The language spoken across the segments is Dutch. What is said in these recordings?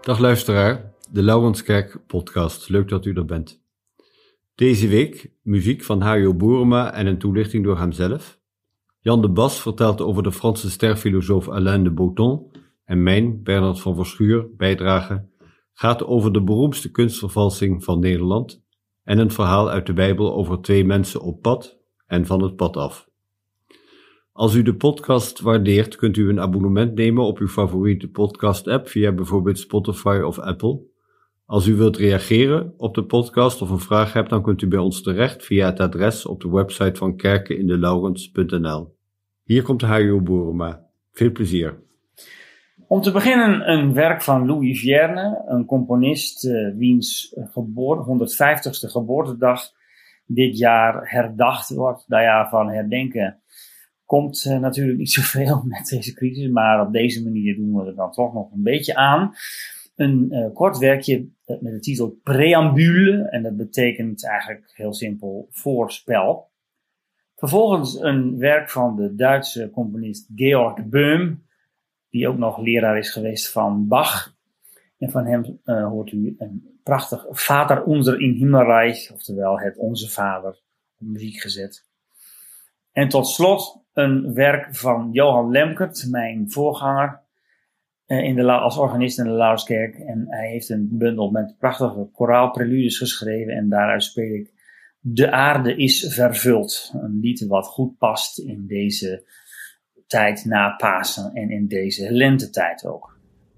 Dag luisteraar, de Laurenskerk podcast. Leuk dat u er bent. Deze week muziek van Hajo Boerema en een toelichting door hemzelf. Jan de Bas vertelt over de Franse sterfilosoof Alain de Botton en mijn, Bernard van Verschuur, bijdrage gaat over de beroemdste kunstvervalsing van Nederland en een verhaal uit de Bijbel over twee mensen op pad en van het pad af. Als u de podcast waardeert, kunt u een abonnement nemen op uw favoriete podcast-app via bijvoorbeeld Spotify of Apple. Als u wilt reageren op de podcast of een vraag hebt, dan kunt u bij ons terecht via het adres op de website van kerkenindelaurens.nl. Hier komt Hajo Boerema. Veel plezier. Om te beginnen een werk van Louis Vierne, een componist wiens 150ste geboortedag dit jaar herdacht wordt. Nou ja, van herdenken komt natuurlijk niet zoveel met deze crisis, maar op deze manier doen we er dan toch nog een beetje aan. Een kort werkje met de titel Preambule, en dat betekent eigenlijk heel simpel voorspel. Vervolgens een werk van de Duitse componist Georg Böhm, die ook nog leraar is geweest van Bach. En van hem hoort u een prachtig Vater unser in Himmelreich, oftewel het Onze Vader, op muziek gezet. En tot slot een werk van Johan Lemkert, mijn voorganger als organist in de Laurenskerk. En hij heeft een bundel met prachtige koraalpreludes geschreven en daaruit speel ik De aarde is vervuld. Een lied wat goed past in deze tijd na Pasen en in deze lentetijd ook.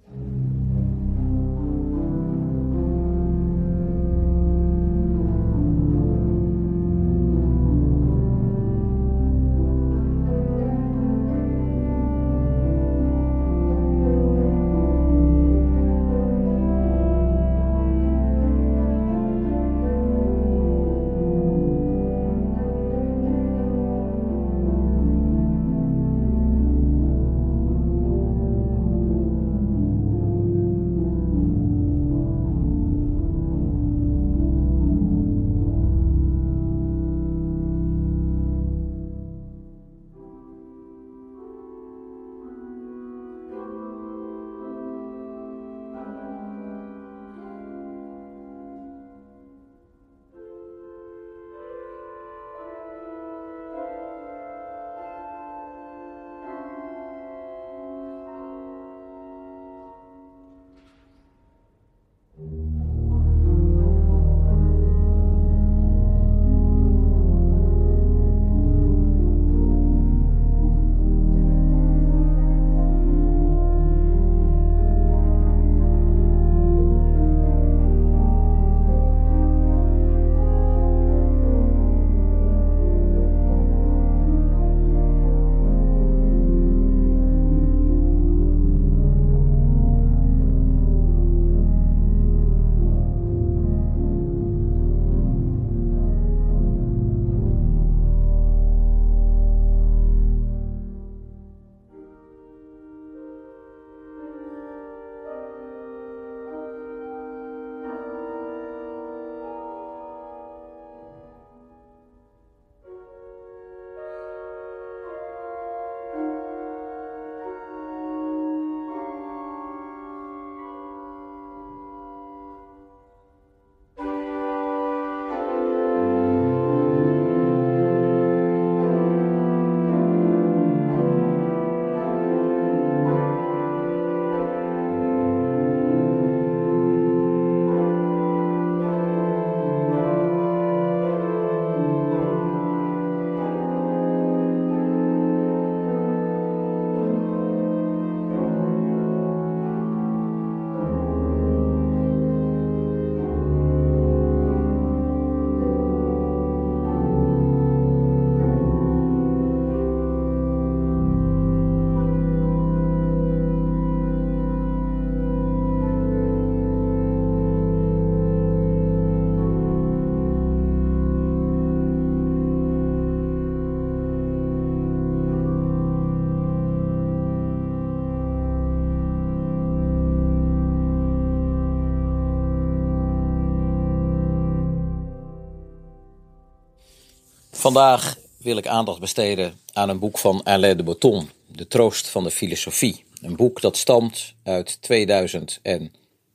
Vandaag wil ik aandacht besteden aan een boek van Alain de Botton, De Troost van de Filosofie. Een boek dat stamt uit 2010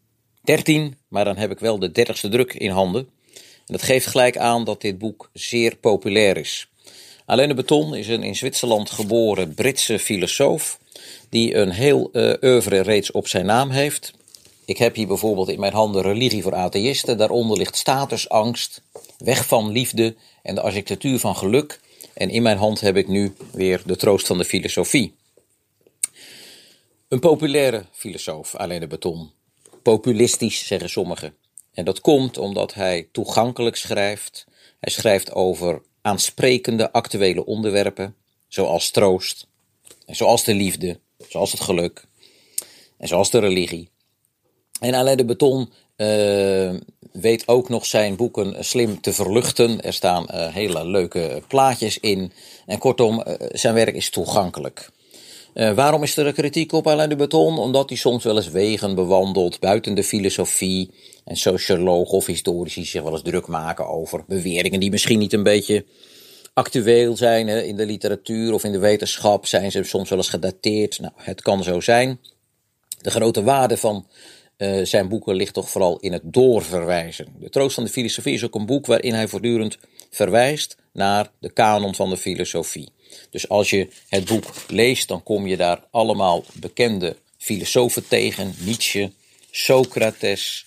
13, maar dan heb ik wel de 30ste druk in handen. En dat geeft gelijk aan dat dit boek zeer populair is. Alain de Botton is een in Zwitserland geboren Britse filosoof die een heel oeuvre reeds op zijn naam heeft. Ik heb hier bijvoorbeeld in mijn handen Religie voor atheïsten. Daaronder ligt Statusangst, Weg van liefde en de architectuur van geluk. En in mijn hand heb ik nu weer De troost van de filosofie. Een populaire filosoof, Alain de Botton. Populistisch, zeggen sommigen. En dat komt omdat hij toegankelijk schrijft. Hij schrijft over aansprekende actuele onderwerpen, zoals troost, en zoals de liefde, zoals het geluk, en zoals de religie. En Alain de Botton weet ook nog zijn boeken slim te verluchten. Er staan hele leuke plaatjes in. En kortom, zijn werk is toegankelijk. Waarom is er kritiek op Alain de Botton? Omdat hij soms wel eens wegen bewandelt buiten de filosofie. En sociologen of historici zich wel eens druk maken over beweringen die misschien niet een beetje actueel zijn. Hè? In de literatuur of in de wetenschap zijn ze soms wel eens gedateerd. Nou, het kan zo zijn. De grote waarde van zijn boeken ligt toch vooral in het doorverwijzen. De troost van de filosofie is ook een boek waarin hij voortdurend verwijst naar de kanon van de filosofie. Dus als je het boek leest, dan kom je daar allemaal bekende filosofen tegen. Nietzsche, Socrates,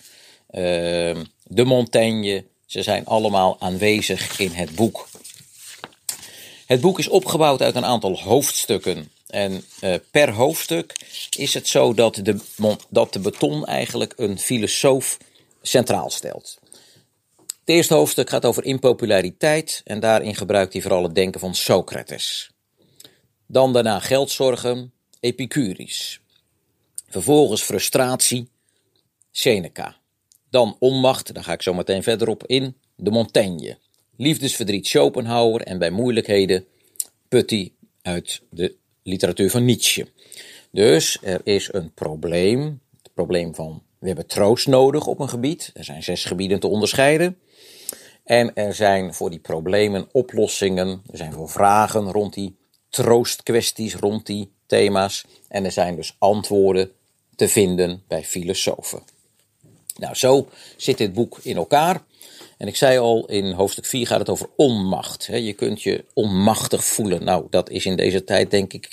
de Montaigne. Ze zijn allemaal aanwezig in het boek. Het boek is opgebouwd uit een aantal hoofdstukken. En per hoofdstuk is het zo dat de Botton eigenlijk een filosoof centraal stelt. Het eerste hoofdstuk gaat over impopulariteit en daarin gebruikt hij vooral het denken van Socrates. Dan daarna geldzorgen, Epicurus. Vervolgens frustratie, Seneca. Dan onmacht, daar ga ik zo meteen verder op in, de Montaigne. Liefdesverdriet, Schopenhauer en bij moeilijkheden put hij uit de literatuur van Nietzsche. Dus er is een probleem, het probleem van we hebben troost nodig op een gebied. Er zijn 6 gebieden te onderscheiden. En er zijn voor die problemen oplossingen, er zijn voor vragen rond die troostkwesties, rond die thema's. En er zijn dus antwoorden te vinden bij filosofen. Nou, zo zit dit boek in elkaar. En ik zei al, in hoofdstuk 4 gaat het over onmacht. Je kunt je onmachtig voelen. Nou, dat is in deze tijd denk ik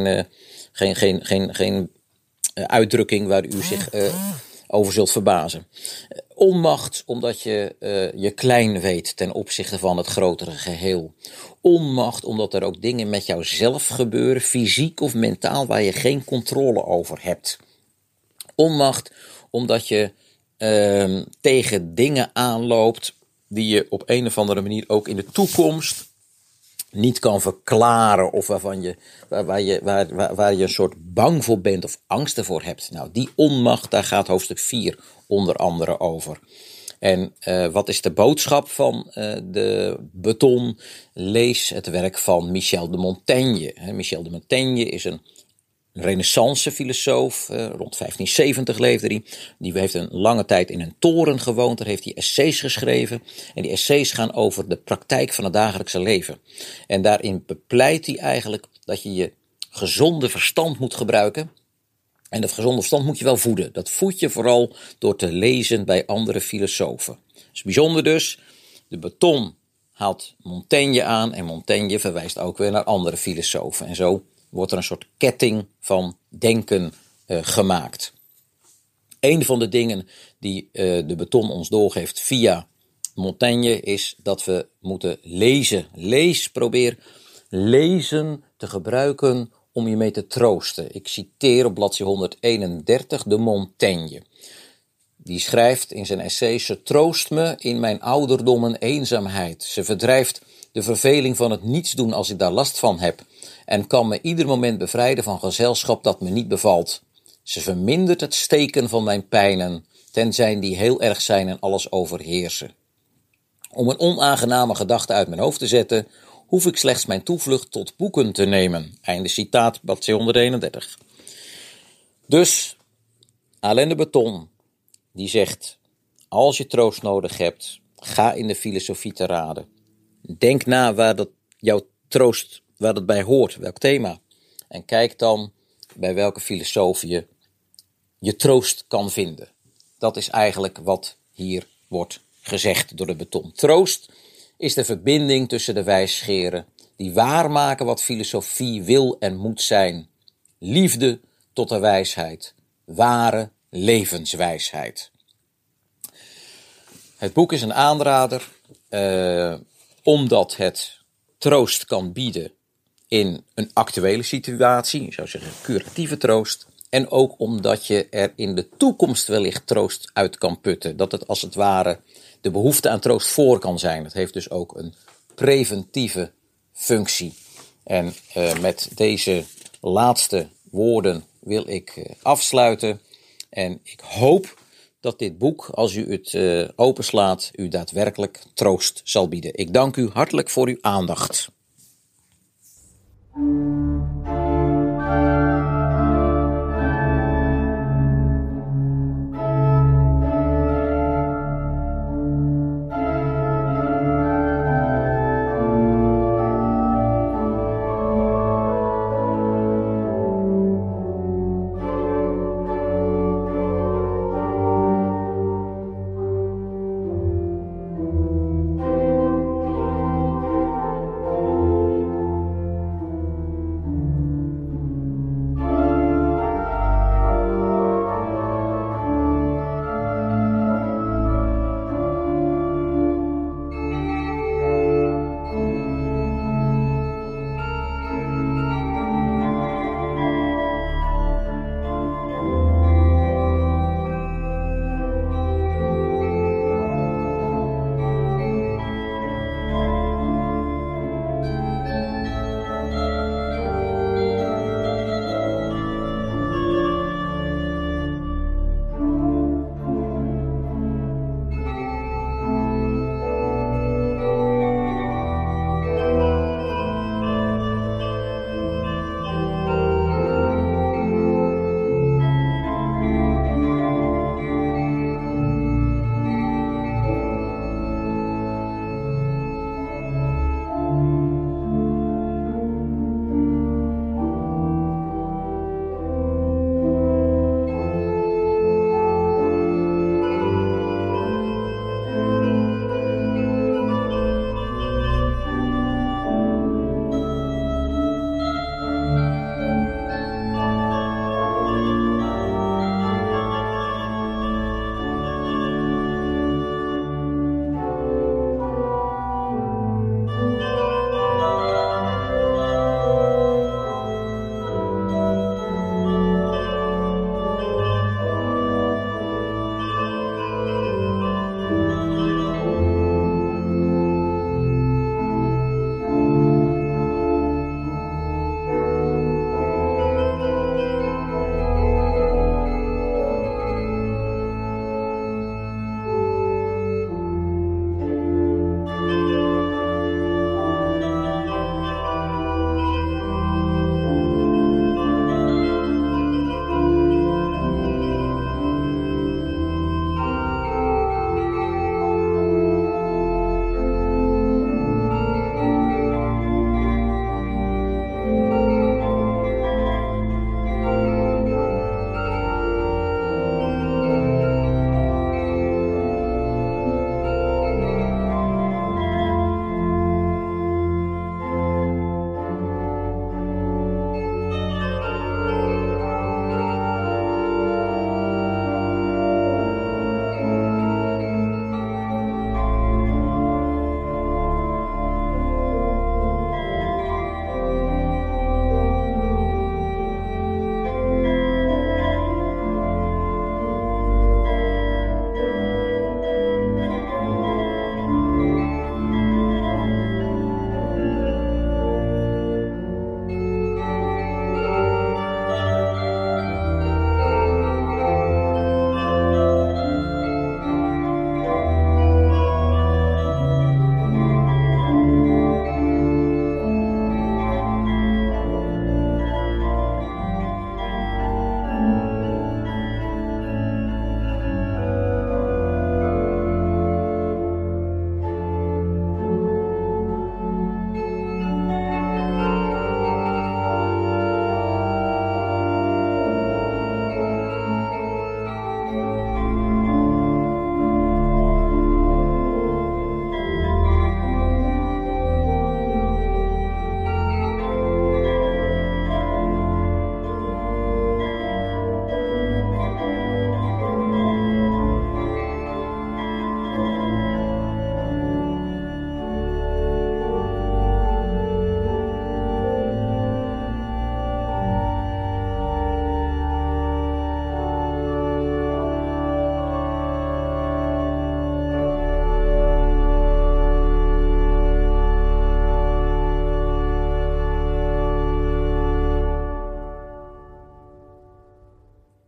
geen uitdrukking waar u zich over zult verbazen. Onmacht omdat je je klein weet ten opzichte van het grotere geheel. Onmacht omdat er ook dingen met jouzelf gebeuren, fysiek of mentaal, waar je geen controle over hebt. Onmacht omdat je tegen dingen aanloopt die je op een of andere manier ook in de toekomst niet kan verklaren of waar je een soort bang voor bent of angst ervoor hebt. Nou, die onmacht, daar gaat hoofdstuk 4 onder andere over. En wat is de boodschap van de Botton? Lees het werk van Michel de Montaigne. Michel de Montaigne is een renaissance filosoof, rond 1570 leefde hij. Die heeft een lange tijd in een toren gewoond, daar heeft hij essays geschreven. En die essays gaan over de praktijk van het dagelijkse leven. En daarin bepleit hij eigenlijk dat je je gezonde verstand moet gebruiken. En dat gezonde verstand moet je wel voeden. Dat voed je vooral door te lezen bij andere filosofen. Dat is bijzonder dus. De Botton haalt Montaigne aan en Montaigne verwijst ook weer naar andere filosofen. En zo wordt er een soort ketting van denken gemaakt. Een van de dingen die de Botton ons doorgeeft via Montaigne is dat we moeten lezen. Probeer lezen te gebruiken om je mee te troosten. Ik citeer op bladzijde 131 de Montaigne. Die schrijft in zijn essay: ze troost me in mijn ouderdom en eenzaamheid. Ze verdrijft de verveling van het niets doen als ik daar last van heb. En kan me ieder moment bevrijden van gezelschap dat me niet bevalt. Ze vermindert het steken van mijn pijnen, tenzij die heel erg zijn en alles overheersen. Om een onaangename gedachte uit mijn hoofd te zetten, hoef ik slechts mijn toevlucht tot boeken te nemen. Einde citaat, bladzijde 131. Dus, Alain de Botton, die zegt, als je troost nodig hebt, ga in de filosofie te raden. Denk na waar dat jouw troost, waar dat bij hoort, welk thema. En kijk dan bij welke filosoof je troost kan vinden. Dat is eigenlijk wat hier wordt gezegd door de beton. Troost is de verbinding tussen de wijsgeren die waarmaken wat filosofie wil en moet zijn. Liefde tot de wijsheid. Ware levenswijsheid. Het boek is een aanrader omdat het troost kan bieden in een actuele situatie. Je zou zeggen curatieve troost. En ook omdat je er in de toekomst wellicht troost uit kan putten. Dat het als het ware de behoefte aan troost voor kan zijn. Het heeft dus ook een preventieve functie. En met deze laatste woorden wil ik afsluiten. En ik hoop dat dit boek, als u het openslaat, u daadwerkelijk troost zal bieden. Ik dank u hartelijk voor uw aandacht.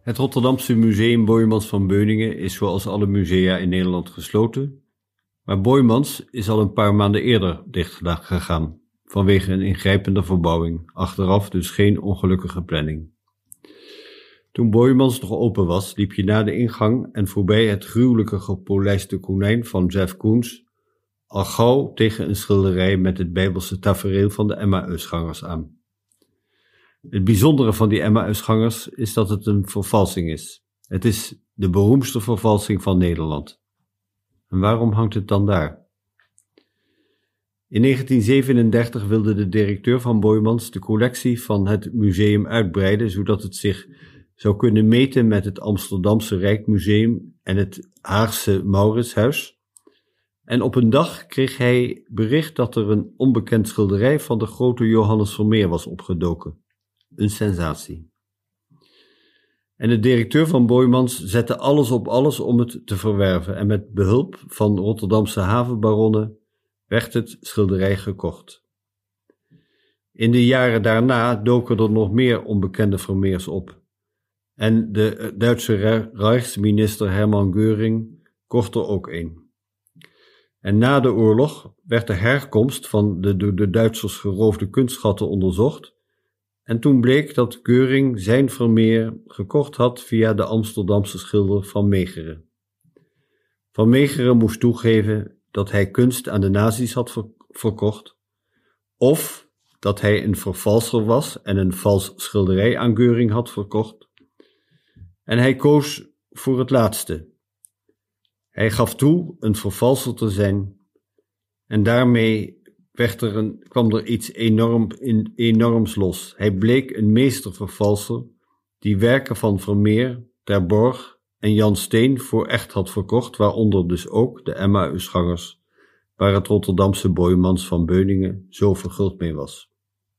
Het Rotterdamse Museum Boijmans van Beuningen is zoals alle musea in Nederland gesloten, maar Boijmans is al een paar maanden eerder dicht gegaan, vanwege een ingrijpende verbouwing, achteraf dus geen ongelukkige planning. Toen Boijmans nog open was, liep je na de ingang en voorbij het gruwelijke gepolijste konijn van Jef Koens al gauw tegen een schilderij met het Bijbelse tafereel van de Emmausgangers aan. Het bijzondere van die Emmausgangers is dat het een vervalsing is. Het is de beroemdste vervalsing van Nederland. En waarom hangt het dan daar? In 1937 wilde de directeur van Boijmans de collectie van het museum uitbreiden, zodat het zich zou kunnen meten met het Amsterdamse Rijksmuseum en het Haagse Mauritshuis. En op een dag kreeg hij bericht dat er een onbekend schilderij van de grote Johannes Vermeer was opgedoken. Een sensatie. En de directeur van Boijmans zette alles op alles om het te verwerven en met behulp van Rotterdamse havenbaronnen werd het schilderij gekocht. In de jaren daarna doken er nog meer onbekende Vermeers op. En de Duitse Rijksminister Hermann Göring kocht er ook een. En na de oorlog werd de herkomst van de door de Duitsers geroofde kunstschatten onderzocht. En toen bleek dat Göring zijn Vermeer gekocht had via de Amsterdamse schilder Van Meegeren. Van Meegeren moest toegeven dat hij kunst aan de nazi's had verkocht, of dat hij een vervalser was en een vals schilderij aan Göring had verkocht. En hij koos voor het laatste. Hij gaf toe een vervalser te zijn en daarmee kwam er iets enorms los. Hij bleek een meestervervalser die werken van Vermeer, Ter Borch en Jan Steen voor echt had verkocht, waaronder dus ook de Emmausgangers, waar het Rotterdamse Boijmans van Beuningen zo verguld mee was.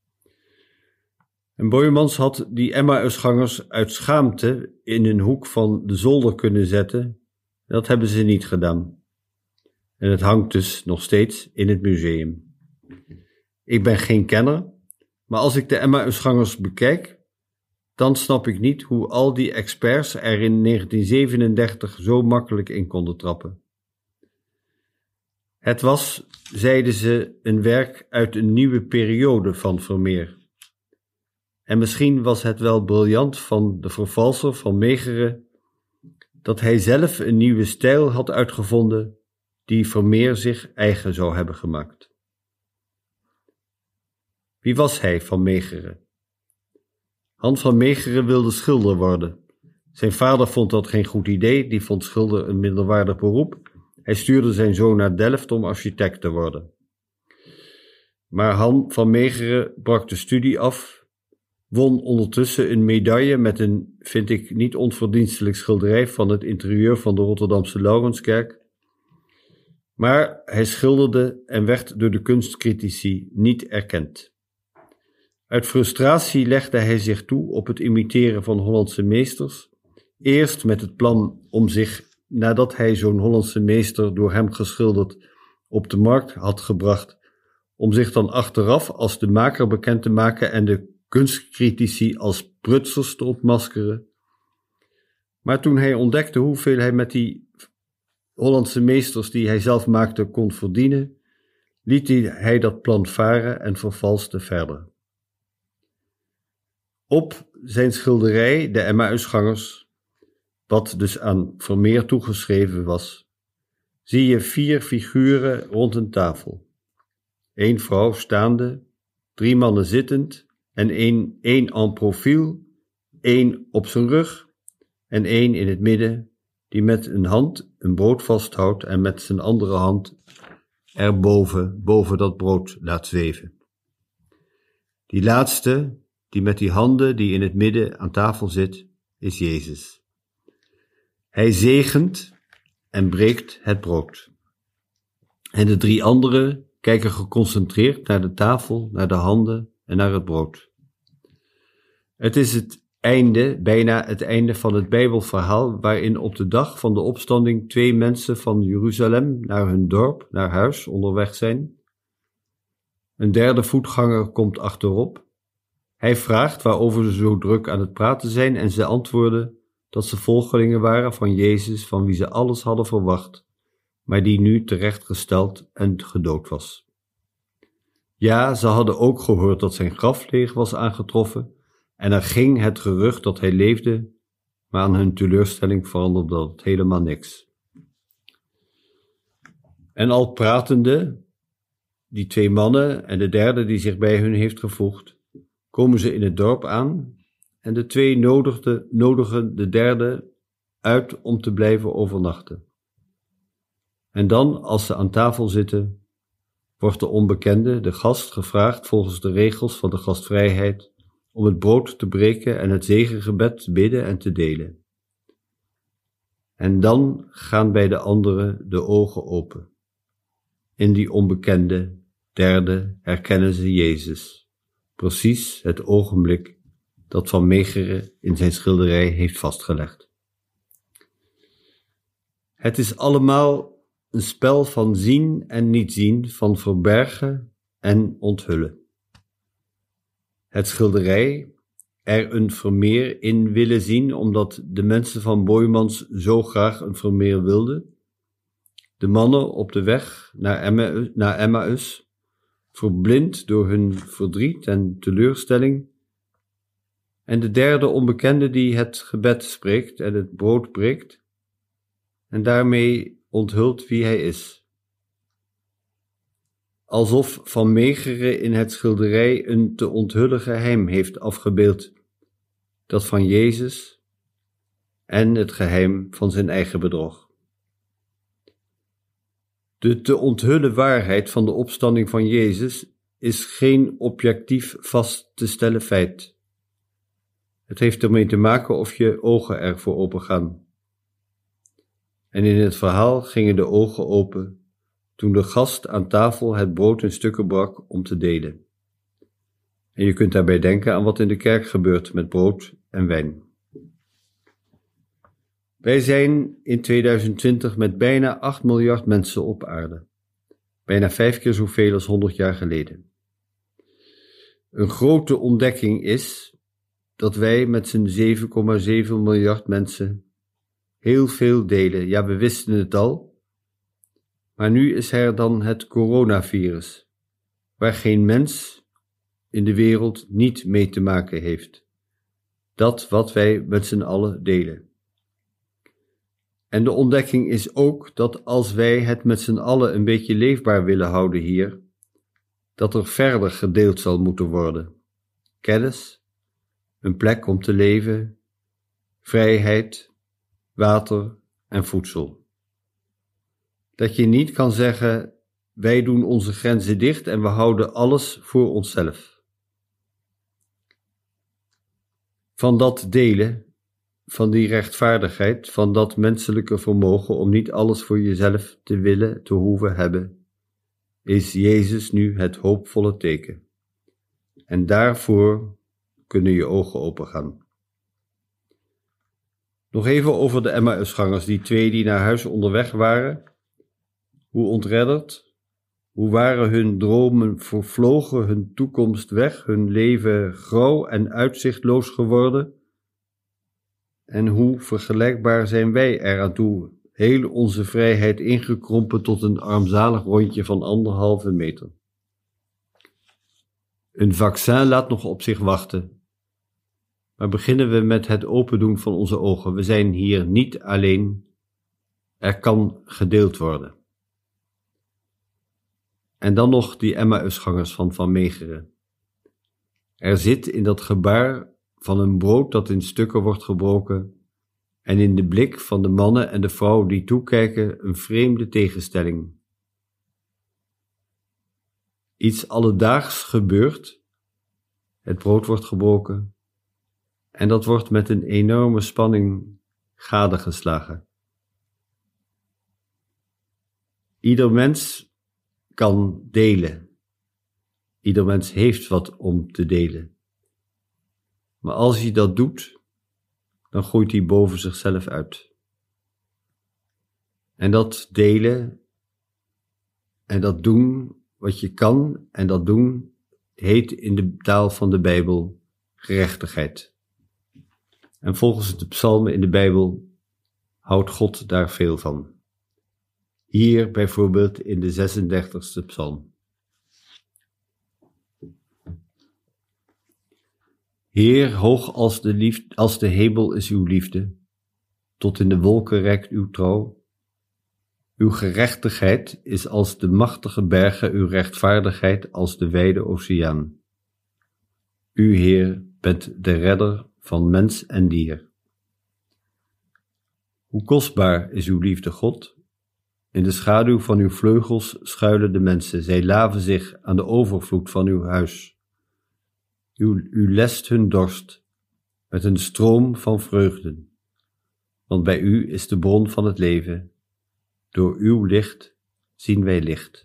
En Boijmans had die Emmausgangers uit schaamte in een hoek van de zolder kunnen zetten. Dat hebben ze niet gedaan. En het hangt dus nog steeds in het museum. Ik ben geen kenner, maar als ik de Emmausgangers bekijk, dan snap ik niet hoe al die experts er in 1937 zo makkelijk in konden trappen. Het was, zeiden ze, een werk uit een nieuwe periode van Vermeer. En misschien was het wel briljant van de vervalser Van Meegeren dat hij zelf een nieuwe stijl had uitgevonden die Vermeer zich eigen zou hebben gemaakt. Wie was hij, Van Meegeren? Han van Meegeren wilde schilder worden. Zijn vader vond dat geen goed idee, die vond schilder een minderwaardig beroep. Hij stuurde zijn zoon naar Delft om architect te worden. Maar Han van Meegeren brak de studie af, won ondertussen een medaille met een, vind ik, niet onverdienstelijk schilderij van het interieur van de Rotterdamse Laurenskerk. Maar hij schilderde en werd door de kunstcritici niet erkend. Uit frustratie legde hij zich toe op het imiteren van Hollandse meesters, eerst met het plan om zich, nadat hij zo'n Hollandse meester door hem geschilderd op de markt had gebracht, om zich dan achteraf als de maker bekend te maken en de kunstcritici als prutsers te ontmaskeren. Maar toen hij ontdekte hoeveel hij met die Hollandse meesters die hij zelf maakte kon verdienen, liet hij dat plan varen en vervalste verder. Op zijn schilderij, de Emmausgangers, wat dus aan Vermeer toegeschreven was, zie je 4 figuren rond een tafel. 1 vrouw staande, 3 mannen zittend en 1 en profiel, 1 op zijn rug en 1 in het midden, die met een hand een brood vasthoudt en met zijn andere hand boven dat brood laat zweven. Die laatste, die met die handen die in het midden aan tafel zit, is Jezus. Hij zegent en breekt het brood. En de 3 anderen kijken geconcentreerd naar de tafel, naar de handen en naar het brood. Het is het einde, bijna het einde van het Bijbelverhaal, waarin op de dag van de opstanding 2 mensen van Jeruzalem naar hun dorp, naar huis, onderweg zijn. Een 3e voetganger komt achterop. Hij vraagt waarover ze zo druk aan het praten zijn en ze antwoorden dat ze volgelingen waren van Jezus, van wie ze alles hadden verwacht, maar die nu terechtgesteld en gedood was. Ja, ze hadden ook gehoord dat zijn graf leeg was aangetroffen, en er ging het gerucht dat hij leefde, maar aan hun teleurstelling veranderde dat helemaal niks. En al pratende, die 2 mannen en de derde die zich bij hun heeft gevoegd, komen ze in het dorp aan en de 2 nodigen de derde uit om te blijven overnachten. En dan, als ze aan tafel zitten, wordt de onbekende, de gast, gevraagd volgens de regels van de gastvrijheid om het brood te breken en het zegengebed te bidden en te delen. En dan gaan bij de anderen de ogen open. In die onbekende, derde, herkennen ze Jezus. Precies het ogenblik dat Van Meegeren in zijn schilderij heeft vastgelegd. Het is allemaal een spel van zien en niet zien, van verbergen en onthullen. Het schilderij, er een Vermeer in willen zien, omdat de mensen van Boijmans zo graag een Vermeer wilden. De mannen op de weg naar Emmaus, verblind door hun verdriet en teleurstelling. En de derde onbekende die het gebed spreekt en het brood breekt en daarmee onthult wie hij is. Alsof Van Meegeren in het schilderij een te onthullen geheim heeft afgebeeld, dat van Jezus en het geheim van zijn eigen bedrog. De te onthullen waarheid van de opstanding van Jezus is geen objectief vast te stellen feit. Het heeft ermee te maken of je ogen ervoor open gaan. En in het verhaal gingen de ogen open toen de gast aan tafel het brood in stukken brak om te delen. En je kunt daarbij denken aan wat in de kerk gebeurt met brood en wijn. Wij zijn in 2020 met bijna 8 miljard mensen op aarde. Bijna 5 keer zoveel als 100 jaar geleden. Een grote ontdekking is dat wij met z'n 7,7 miljard mensen heel veel delen. Ja, we wisten het al. Maar nu is er dan het coronavirus, waar geen mens in de wereld niet mee te maken heeft. Dat wat wij met z'n allen delen. En de ontdekking is ook dat als wij het met z'n allen een beetje leefbaar willen houden hier, dat er verder gedeeld zal moeten worden. Kennis, een plek om te leven, vrijheid, water en voedsel. Dat je niet kan zeggen, wij doen onze grenzen dicht en we houden alles voor onszelf. Van dat delen, van die rechtvaardigheid, van dat menselijke vermogen om niet alles voor jezelf te willen, te hoeven hebben, is Jezus nu het hoopvolle teken. En daarvoor kunnen je ogen opengaan. Nog even over de Emmausgangers, die 2 die naar huis onderweg waren. Hoe ontredderd, hoe waren hun dromen vervlogen, hun toekomst weg, hun leven grauw en uitzichtloos geworden. En hoe vergelijkbaar zijn wij eraan toe, heel onze vrijheid ingekrompen tot een armzalig rondje van 1,5 meter. Een vaccin laat nog op zich wachten. Maar beginnen we met het opendoen van onze ogen. We zijn hier niet alleen. Er kan gedeeld worden. En dan nog die Emmausgangers van Meegeren. Er zit in dat gebaar van een brood dat in stukken wordt gebroken en in de blik van de mannen en de vrouwen die toekijken een vreemde tegenstelling. Iets alledaags gebeurt, het brood wordt gebroken en dat wordt met een enorme spanning gadegeslagen. Ieder mens kan delen. Ieder mens heeft wat om te delen. Maar als hij dat doet, dan groeit hij boven zichzelf uit. En dat delen en dat doen wat je kan en dat doen heet in de taal van de Bijbel gerechtigheid. En volgens de psalmen in de Bijbel houdt God daar veel van. Hier bijvoorbeeld in de 36e psalm. Heer, hoog als de hemel is uw liefde, tot in de wolken reikt uw trouw. Uw gerechtigheid is als de machtige bergen, uw rechtvaardigheid als de wijde oceaan. U, Heer, bent de redder van mens en dier. Hoe kostbaar is uw liefde, God? In de schaduw van uw vleugels schuilen de mensen, zij laven zich aan de overvloed van uw huis. U lest hun dorst met een stroom van vreugden, want bij u is de bron van het leven. Door uw licht zien wij licht.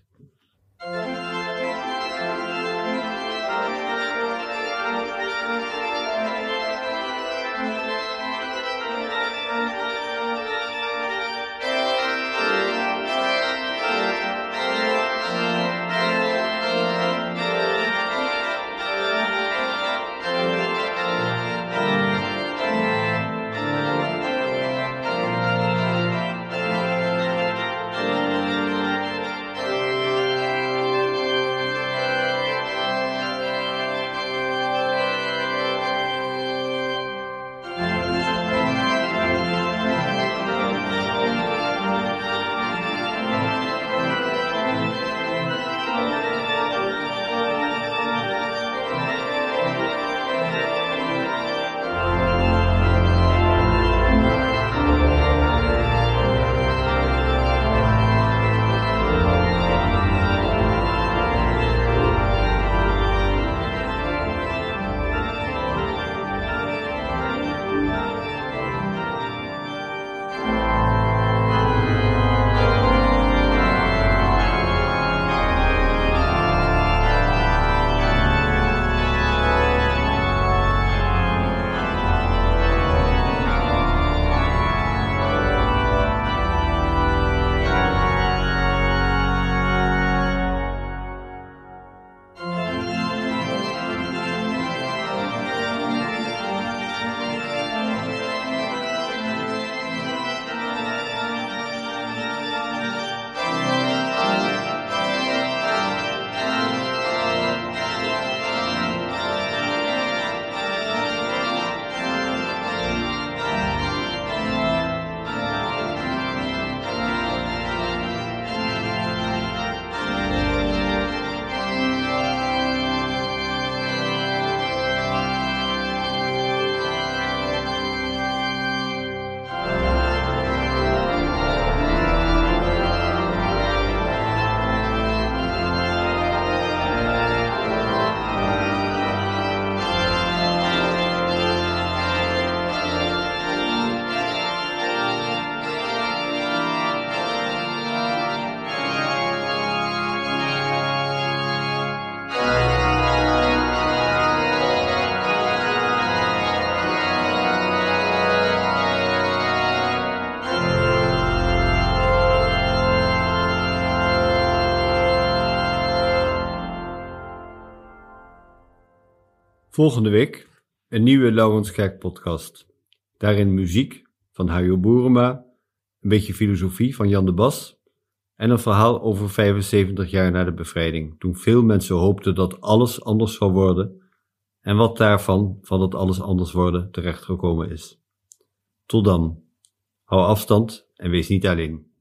Volgende week een nieuwe Laurenskerk podcast. Daarin muziek van Hajo Boerema, een beetje filosofie van Jan de Bas en een verhaal over 75 jaar na de bevrijding, toen veel mensen hoopten dat alles anders zou worden en wat daarvan, van dat alles anders worden, terechtgekomen is. Tot dan, hou afstand en wees niet alleen.